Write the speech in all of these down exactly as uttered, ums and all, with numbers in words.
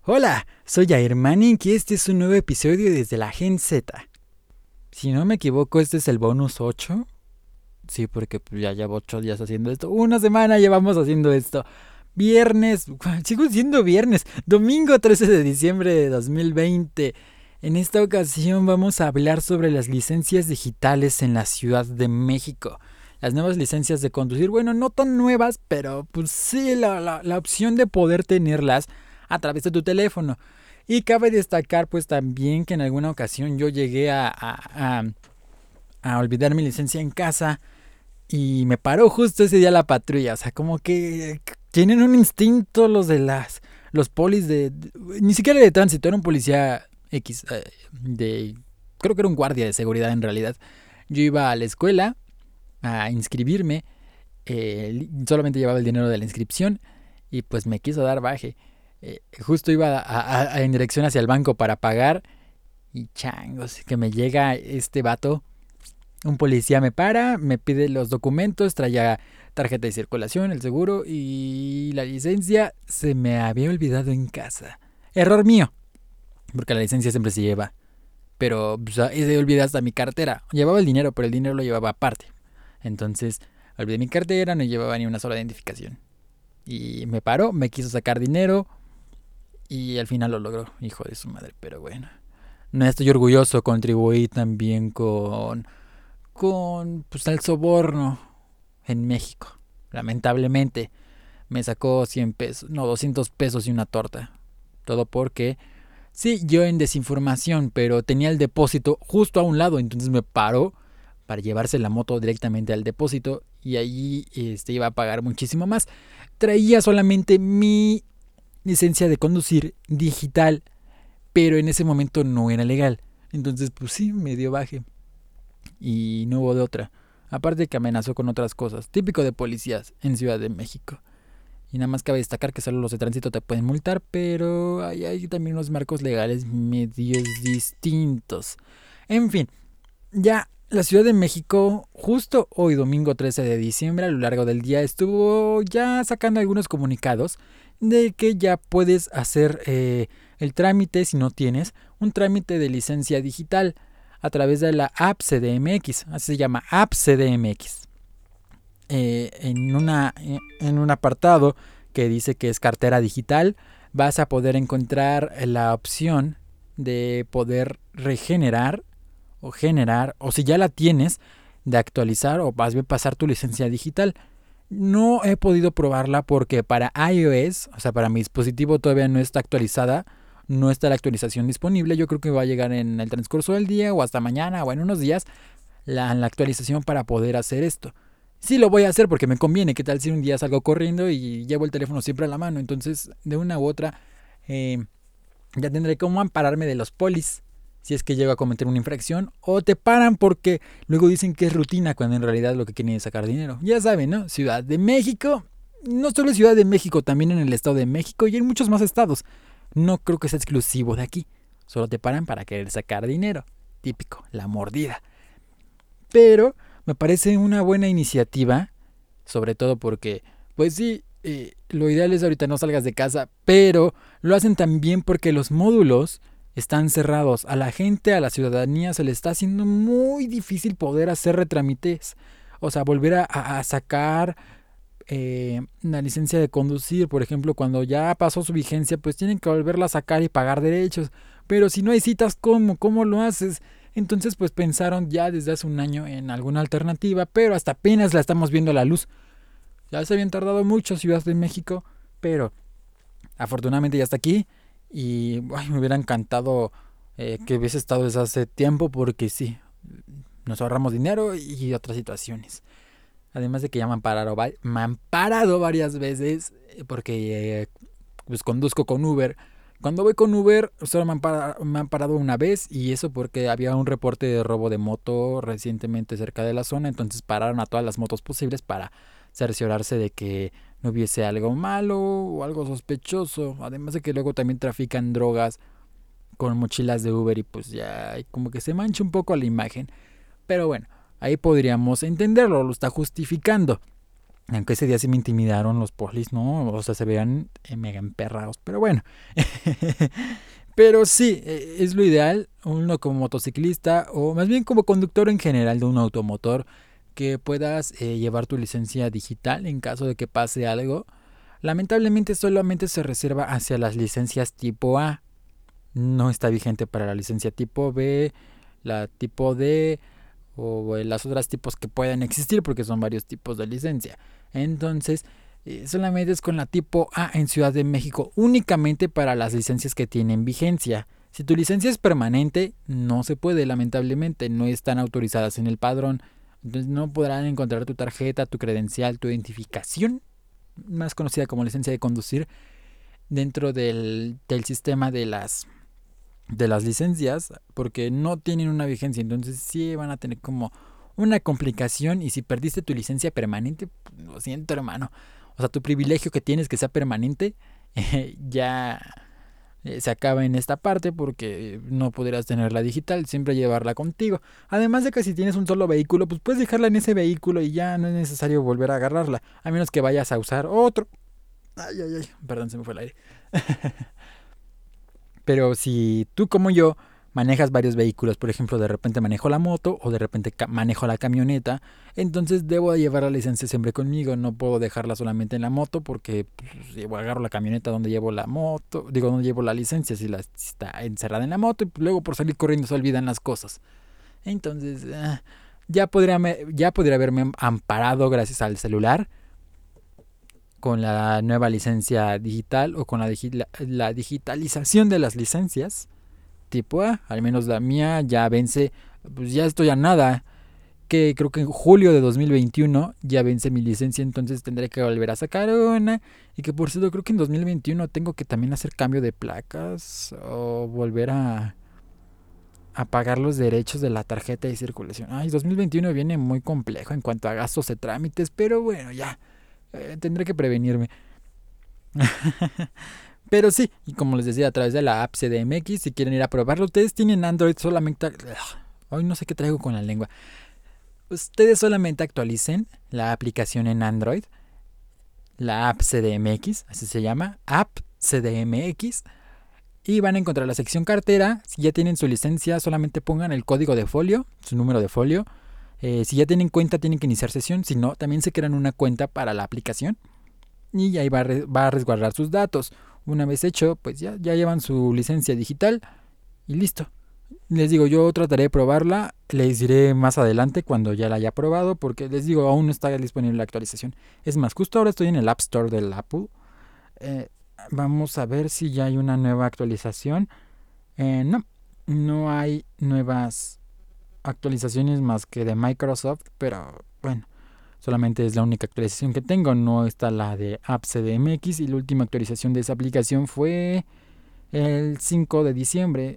Hola, soy Jair Manning y este es un nuevo episodio desde la Gen Z. Si no me equivoco, este es el bonus ocho. Sí, porque pues, ya llevo ocho días haciendo esto. Una semana llevamos haciendo esto. Viernes, sigo siendo viernes, domingo trece de diciembre de dos mil veinte. En esta ocasión vamos a hablar sobre las licencias digitales en la Ciudad de México. Las nuevas licencias de conducir, bueno, no tan nuevas, pero pues sí, la, la, la opción de poder tenerlas a través de tu teléfono. Y cabe destacar pues también que en alguna ocasión yo llegué a, a, a, a olvidar mi licencia en casa y me paró justo ese día la patrulla. O sea, como que tienen un instinto los de las... Los polis de... de ni siquiera de tránsito, era un policía X. Eh, de... Creo que era un guardia de seguridad en realidad. Yo iba a la escuela a inscribirme. Eh, solamente llevaba el dinero de la inscripción. Y pues me quiso dar baje. Eh, justo iba a, a, a, en dirección hacia el banco para pagar. Y changos, que me llega este vato. Un policía me para, me pide los documentos, traía tarjeta de circulación, el seguro y la licencia. Se me había olvidado en casa. Error mío, porque la licencia siempre se lleva. Pero pues, se olvidó hasta mi cartera. Llevaba el dinero, pero el dinero lo llevaba aparte. Entonces, olvidé mi cartera, no llevaba ni una sola identificación. Y me paró, me quiso sacar dinero y al final lo logró, hijo de su madre, pero bueno. No estoy orgulloso, contribuí también con con pues el soborno en México. Lamentablemente me sacó cien pesos, no, doscientos pesos y una torta. Todo porque, sí, yo en desinformación, pero tenía el depósito justo a un lado, entonces me paró para llevarse la moto directamente al depósito y allí este, iba a pagar muchísimo más. Traía solamente mi licencia de conducir digital, pero en ese momento no era legal. Entonces, pues sí, me dio baje. Y no hubo de otra. Aparte que amenazó con otras cosas, típico de policías en Ciudad de México. Y nada más cabe destacar que solo los de tránsito te pueden multar, pero hay, hay también unos marcos legales medios distintos. En fin, ya la Ciudad de México, justo hoy domingo trece de diciembre, a lo largo del día, estuvo ya sacando algunos comunicados de que ya puedes hacer eh, el trámite, si no tienes, un trámite de licencia digital a través de la app C D M X, así se llama, app C D M X. Eh, en, una, en un apartado que dice que es cartera digital, vas a poder encontrar la opción de poder regenerar o generar, o si ya la tienes, de actualizar o más bien pasar tu licencia digital. No he podido probarla porque para iOS, o sea, para mi dispositivo todavía no está actualizada. No está la actualización disponible. Yo creo que va a llegar en el transcurso del día o hasta mañana o en unos días la, la actualización para poder hacer esto. Sí lo voy a hacer porque me conviene. ¿Qué tal si un día salgo corriendo y llevo el teléfono siempre a la mano? Entonces, de una u otra, eh, ya tendré cómo ampararme de los polis si es que llego a cometer una infracción. O te paran porque luego dicen que es rutina cuando en realidad lo que quieren es sacar dinero. Ya saben, ¿no? Ciudad de México. No solo Ciudad de México, también en el Estado de México y en muchos más estados. No creo que sea exclusivo de aquí. Solo te paran para querer sacar dinero. Típico, la mordida. Pero me parece una buena iniciativa. Sobre todo porque, pues sí, eh, lo ideal es ahorita no salgas de casa. Pero lo hacen también porque los módulos están cerrados. A la gente, a la ciudadanía se le está haciendo muy difícil poder hacer retrámites. O sea, volver a, a sacar eh, una licencia de conducir, por ejemplo, cuando ya pasó su vigencia, pues tienen que volverla a sacar y pagar derechos. Pero si no hay citas, ¿cómo? ¿Cómo lo haces? Entonces, pues pensaron ya desde hace un año en alguna alternativa, pero hasta apenas la estamos viendo a la luz. Ya se habían tardado mucho Ciudad de México, pero afortunadamente ya está aquí. Y ay, me hubiera encantado eh, que hubiese estado desde hace tiempo, porque sí, nos ahorramos dinero y otras situaciones. Además de que ya me han parado, me han parado varias veces porque eh, pues conduzco con Uber. Cuando voy con Uber solo me han, parado, me han parado una vez y eso porque había un reporte de robo de moto recientemente cerca de la zona. Entonces pararon a todas las motos posibles para cerciorarse de que no hubiese algo malo o algo sospechoso. Además de que luego también trafican drogas con mochilas de Uber y pues ya como que se mancha un poco la imagen. Pero bueno, ahí podríamos entenderlo, lo está justificando. Aunque ese día sí me intimidaron los polis, ¿no? O sea, se veían eh, mega emperrados. Pero bueno. Pero sí, eh, es lo ideal. Uno como motociclista o más bien como conductor en general de un automotor que puedas eh, llevar tu licencia digital en caso de que pase algo. Lamentablemente solamente se reserva hacia las licencias tipo A. No está vigente para la licencia tipo B, la tipo D o las otras tipos que pueden existir porque son varios tipos de licencia. Entonces, eh, solamente es con la tipo A en Ciudad de México, únicamente para las licencias que tienen vigencia. Si tu licencia es permanente, no se puede, lamentablemente, no están autorizadas en el padrón. Entonces no podrán encontrar tu tarjeta, tu credencial, tu identificación, más conocida como licencia de conducir, dentro del, del sistema de las de las licencias porque no tienen una vigencia, entonces sí van a tener como una complicación y si perdiste tu licencia permanente, lo siento hermano, o sea tu privilegio que tienes que sea permanente eh, ya eh, se acaba en esta parte porque no podrás tenerla digital, siempre llevarla contigo, además de que si tienes un solo vehículo pues puedes dejarla en ese vehículo y ya no es necesario volver a agarrarla, a menos que vayas a usar otro. Ay, ay, ay, perdón, se me fue el aire. Pero si tú como yo manejas varios vehículos, por ejemplo, de repente manejo la moto o de repente ca- manejo la camioneta, entonces debo llevar la licencia siempre conmigo, no puedo dejarla solamente en la moto porque pues, llevo, agarro la camioneta donde llevo la moto, digo, donde llevo la licencia si, la, si está encerrada en la moto y luego por salir corriendo se olvidan las cosas. Entonces, eh, ya, podría, ya podría haberme amparado gracias al celular con la nueva licencia digital o con la, digi- la, la digitalización de las licencias tipo A, al menos la mía ya vence, pues ya estoy a nada, que creo que en julio de dos mil veintiuno ya vence mi licencia, entonces tendré que volver a sacar una, y que por cierto creo que en dos mil veintiuno tengo que también hacer cambio de placas o volver a, a pagar los derechos de la tarjeta de circulación. Ay, dos mil veintiuno viene muy complejo en cuanto a gastos de trámites, pero bueno, ya, eh, tendré que prevenirme. Pero sí, y como les decía, a través de la app C D M X, si quieren ir a probarlo, ustedes tienen Android solamente... Hoy no sé qué traigo con la lengua. Ustedes solamente actualicen la aplicación en Android, la app C D M X, así se llama, app C D M X, y van a encontrar la sección cartera. Si ya tienen su licencia, solamente pongan el código de folio, su número de folio. Eh, si ya tienen cuenta, tienen que iniciar sesión. Si no, también se crean una cuenta para la aplicación y ahí va a, re, va a resguardar sus datos. Una vez hecho, pues ya, ya llevan su licencia digital y listo. Les digo, yo trataré de probarla, les diré más adelante cuando ya la haya probado, porque les digo, aún no está disponible la actualización. Es más, justo ahora estoy en el App Store del Apple. Eh, vamos a ver si ya hay una nueva actualización. Eh, no, no hay nuevas actualizaciones más que de Microsoft, pero bueno, solamente es la única actualización que tengo, no está la de App C D M X y la última actualización de esa aplicación fue el cinco de diciembre,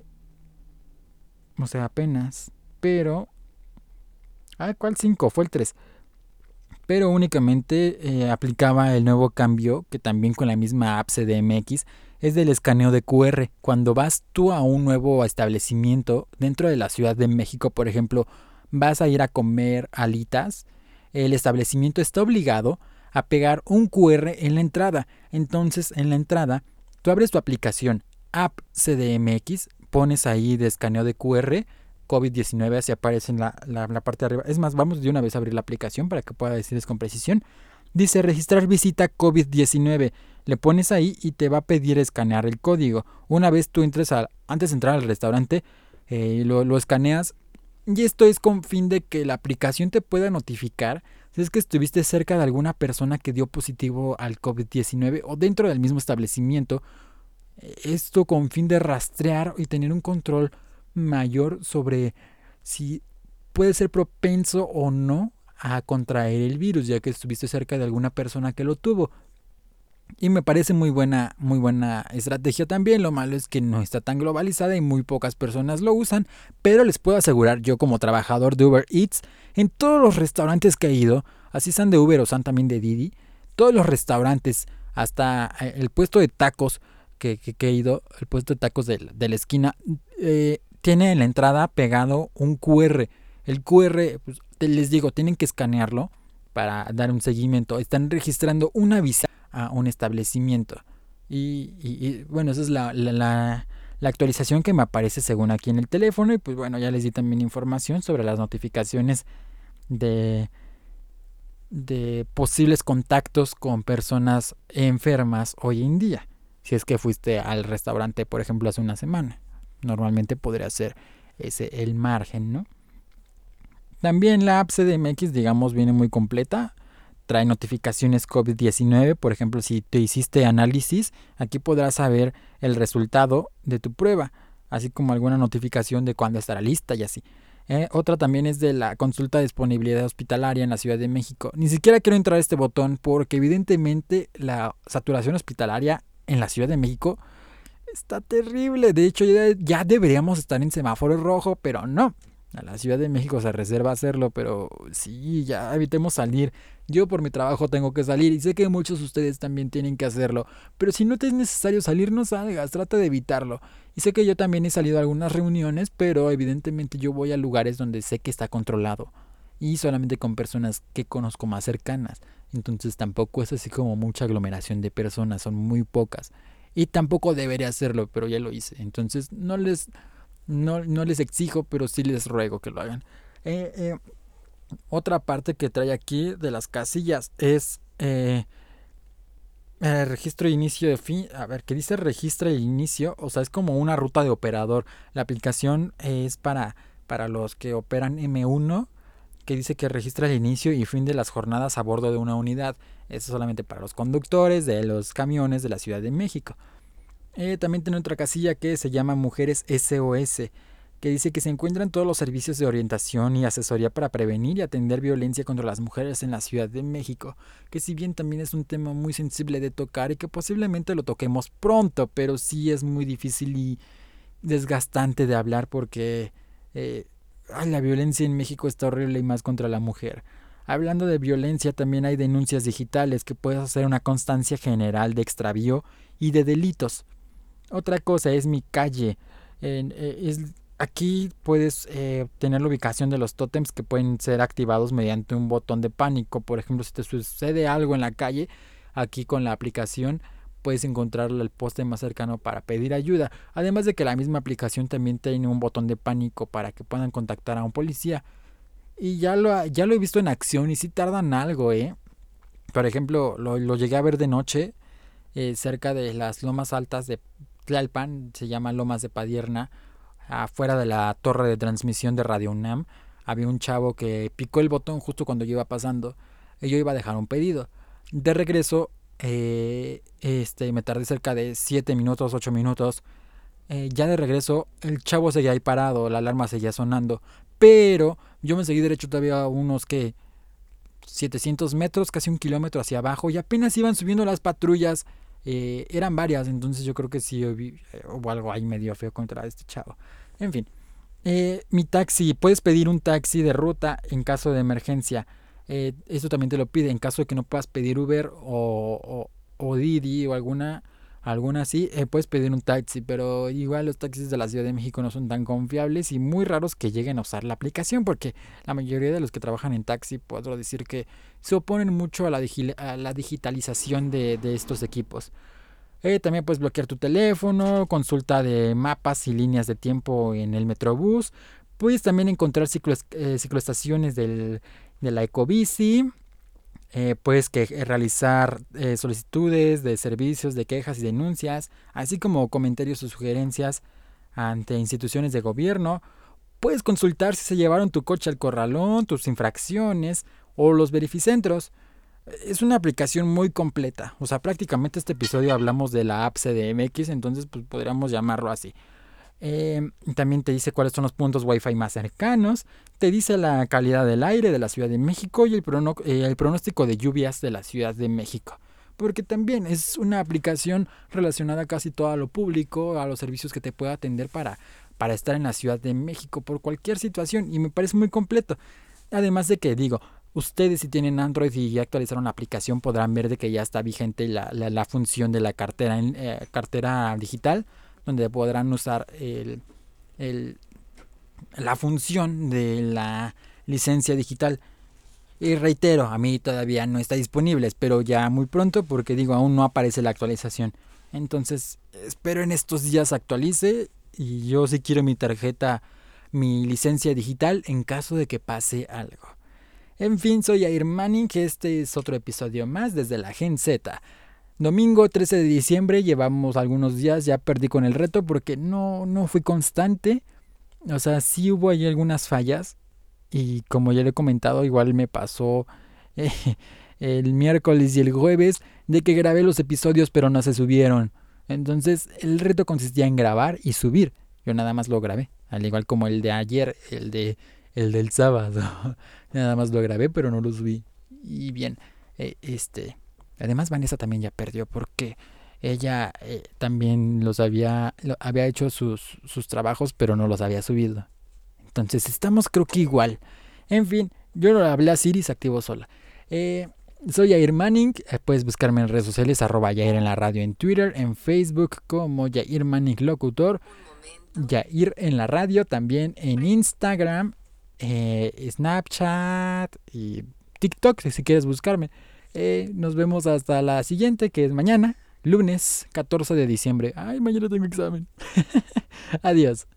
o sea, apenas, pero... Ah, ¿cuál cinco? Fue el tres. Pero únicamente eh, aplicaba el nuevo cambio que también con la misma app C D M X es del escaneo de Q R. Cuando vas tú a un nuevo establecimiento dentro de la Ciudad de México, por ejemplo, vas a ir a comer alitas, el establecimiento está obligado a pegar un Q R en la entrada. Entonces, en la entrada, tú abres tu aplicación app C D M X, pones ahí de escaneo de Q R, COVID diecinueve, así aparece en la, la, la parte de arriba. Es más, vamos de una vez a abrir la aplicación para que pueda decirles con precisión. Dice registrar visita COVID diecinueve. Le pones ahí y te va a pedir escanear el código. Una vez tú entres a, antes de entrar al restaurante, eh, lo, lo escaneas. Y esto es con fin de que la aplicación te pueda notificar si es que estuviste cerca de alguna persona que dio positivo al COVID diecinueve o dentro del mismo establecimiento. Esto con fin de rastrear y tener un control mayor sobre si puede ser propenso o no a contraer el virus, ya que estuviste cerca de alguna persona que lo tuvo. Y me parece muy buena, muy buena estrategia también. Lo malo es que no está tan globalizada y muy pocas personas lo usan. Pero les puedo asegurar, yo como trabajador de Uber Eats, en todos los restaurantes que he ido, así sean de Uber o sean también de Didi, todos los restaurantes, hasta el puesto de tacos que, que, que he ido, el puesto de tacos de, de la esquina, eh, tiene en la entrada pegado un Q R. El Q R, pues, les digo, tienen que escanearlo para dar un seguimiento. Están registrando una visita a un establecimiento. Y, y, y bueno, esa es la, la, la, la actualización que me aparece según aquí en el teléfono. Y pues bueno, ya les di también información sobre las notificaciones de, de posibles contactos con personas enfermas hoy en día. Si es que fuiste al restaurante, por ejemplo, hace una semana. Normalmente podría ser ese el margen, ¿no? También la app C D M X, digamos, viene muy completa. Trae notificaciones COVID diecinueve. Por ejemplo, si te hiciste análisis, aquí podrás saber el resultado de tu prueba, así como alguna notificación de cuándo estará lista y así. Eh, otra también es de la consulta de disponibilidad hospitalaria en la Ciudad de México. Ni siquiera quiero entrar a este botón porque evidentemente la saturación hospitalaria en la Ciudad de México está terrible. De hecho, ya, ya deberíamos estar en semáforo rojo, pero no. A la Ciudad de México se reserva hacerlo, pero sí, ya evitemos salir. Yo por mi trabajo tengo que salir y sé que muchos de ustedes también tienen que hacerlo. Pero si no te es necesario salir, no salgas, trata de evitarlo. Y sé que yo también he salido a algunas reuniones, pero evidentemente yo voy a lugares donde sé que está controlado. Y solamente con personas que conozco más cercanas. Entonces tampoco es así como mucha aglomeración de personas, son muy pocas. Y tampoco debería hacerlo, pero ya lo hice. Entonces no les... No, no les exijo, pero sí les ruego que lo hagan. Eh, eh, otra parte que trae aquí de las casillas es eh, el registro de inicio de fin. A ver, ¿qué dice registro de inicio? O sea, es como una ruta de operador. La aplicación es para, para los que operan eme uno, que dice que registra el inicio y fin de las jornadas a bordo de una unidad. Eso solamente para los conductores de los camiones de la Ciudad de México. Eh, también tiene otra casilla que se llama Mujeres ese o ese, que dice que se encuentran todos los servicios de orientación y asesoría para prevenir y atender violencia contra las mujeres en la Ciudad de México, que si bien también es un tema muy sensible de tocar y que posiblemente lo toquemos pronto, pero sí es muy difícil y desgastante de hablar porque eh, ay, la violencia en México está horrible y más contra la mujer. Hablando de violencia, también hay denuncias digitales que puedes hacer una constancia general de extravío y de delitos. Otra cosa es mi calle. Eh, eh, es, aquí puedes eh, tener la ubicación de los tótems que pueden ser activados mediante un botón de pánico. Por ejemplo, si te sucede algo en la calle, aquí con la aplicación puedes encontrar el poste más cercano para pedir ayuda. Además de que la misma aplicación también tiene un botón de pánico para que puedan contactar a un policía. Y ya lo, ya lo he visto en acción y sí tardan algo, ¿eh? Por ejemplo, lo, lo llegué a ver de noche eh, cerca de las lomas altas de Tlalpan, se llama Lomas de Padierna, afuera de la torre de transmisión de Radio UNAM. Había un chavo que picó el botón justo cuando yo iba pasando y yo iba a dejar un pedido. De regreso, eh, este, me tardé cerca de siete minutos, ocho minutos. Eh, ya de regreso, el chavo seguía ahí parado, la alarma seguía sonando, pero yo me seguí derecho todavía unos que setecientos metros, casi un kilómetro hacia abajo, y apenas iban subiendo las patrullas. Eh, eran varias, entonces yo creo que sí hubo, hubo algo ahí medio feo contra este chavo. En fin, eh, mi taxi, puedes pedir un taxi de ruta en caso de emergencia. Eh, eso también te lo pide en caso de que no puedas pedir Uber o, o, o Didi o alguna alguna así, eh, puedes pedir un taxi, pero igual los taxis de la Ciudad de México no son tan confiables y muy raros que lleguen a usar la aplicación, porque la mayoría de los que trabajan en taxi, puedo decir que se oponen mucho a la, digi- a la digitalización de, de estos equipos. Eh, también puedes bloquear tu teléfono, consulta de mapas y líneas de tiempo en el Metrobús. Puedes también encontrar ciclos, eh, cicloestaciones del, de la Ecobici. Eh, puedes que, eh, realizar eh, solicitudes de servicios, de quejas y denuncias, así como comentarios o sugerencias ante instituciones de gobierno. Puedes consultar si se llevaron tu coche al corralón, tus infracciones o los verificentros. Es una aplicación muy completa. O sea, prácticamente este episodio hablamos de la app C D M X, entonces pues podríamos llamarlo así. Eh, también te dice cuáles son los puntos Wi-Fi más cercanos. Te dice la calidad del aire de la Ciudad de México y el, prono- eh, el pronóstico de lluvias de la Ciudad de México. Porque también es una aplicación relacionada casi todo a lo público, a los servicios que te puede atender para, para estar en la Ciudad de México por cualquier situación. Y me parece muy completo. Además de que digo, ustedes si tienen Android y ya actualizaron la aplicación podrán ver de que ya está vigente la, la, la función de la cartera, en, eh, cartera digital, donde podrán usar el, el, la función de la licencia digital. Y reitero, a mí todavía no está disponible, espero ya muy pronto porque digo, aún no aparece la actualización. Entonces, espero en estos días actualice y yo sí quiero mi tarjeta, mi licencia digital en caso de que pase algo. En fin, soy Jair Manning, que este es otro episodio más desde la Gen Z. Domingo trece de diciembre, llevamos algunos días, ya perdí con el reto porque no, no fui constante. O sea, sí hubo ahí algunas fallas. Y como ya le he comentado, igual me pasó eh, el miércoles y el jueves de que grabé los episodios pero no se subieron. Entonces el reto consistía en grabar y subir. Yo nada más lo grabé, al igual como el de ayer, el de el del sábado. Nada más lo grabé pero no lo subí. Y bien, eh, este, además Vanessa también ya perdió porque ella eh, también los había lo, había hecho sus sus trabajos pero no los había subido. Entonces estamos creo que igual. En fin, yo no hablé a Siri, se activó sola. Eh, soy Jair Manning. Eh, puedes buscarme en redes sociales, arroba Jair en la radio en Twitter, en Facebook como Jair Manning Locutor. Jair en la radio también en Instagram, eh, Snapchat y TikTok si quieres buscarme. Eh, nos vemos hasta la siguiente, que es mañana, lunes catorce de diciembre. Ay, mañana tengo examen. Adiós.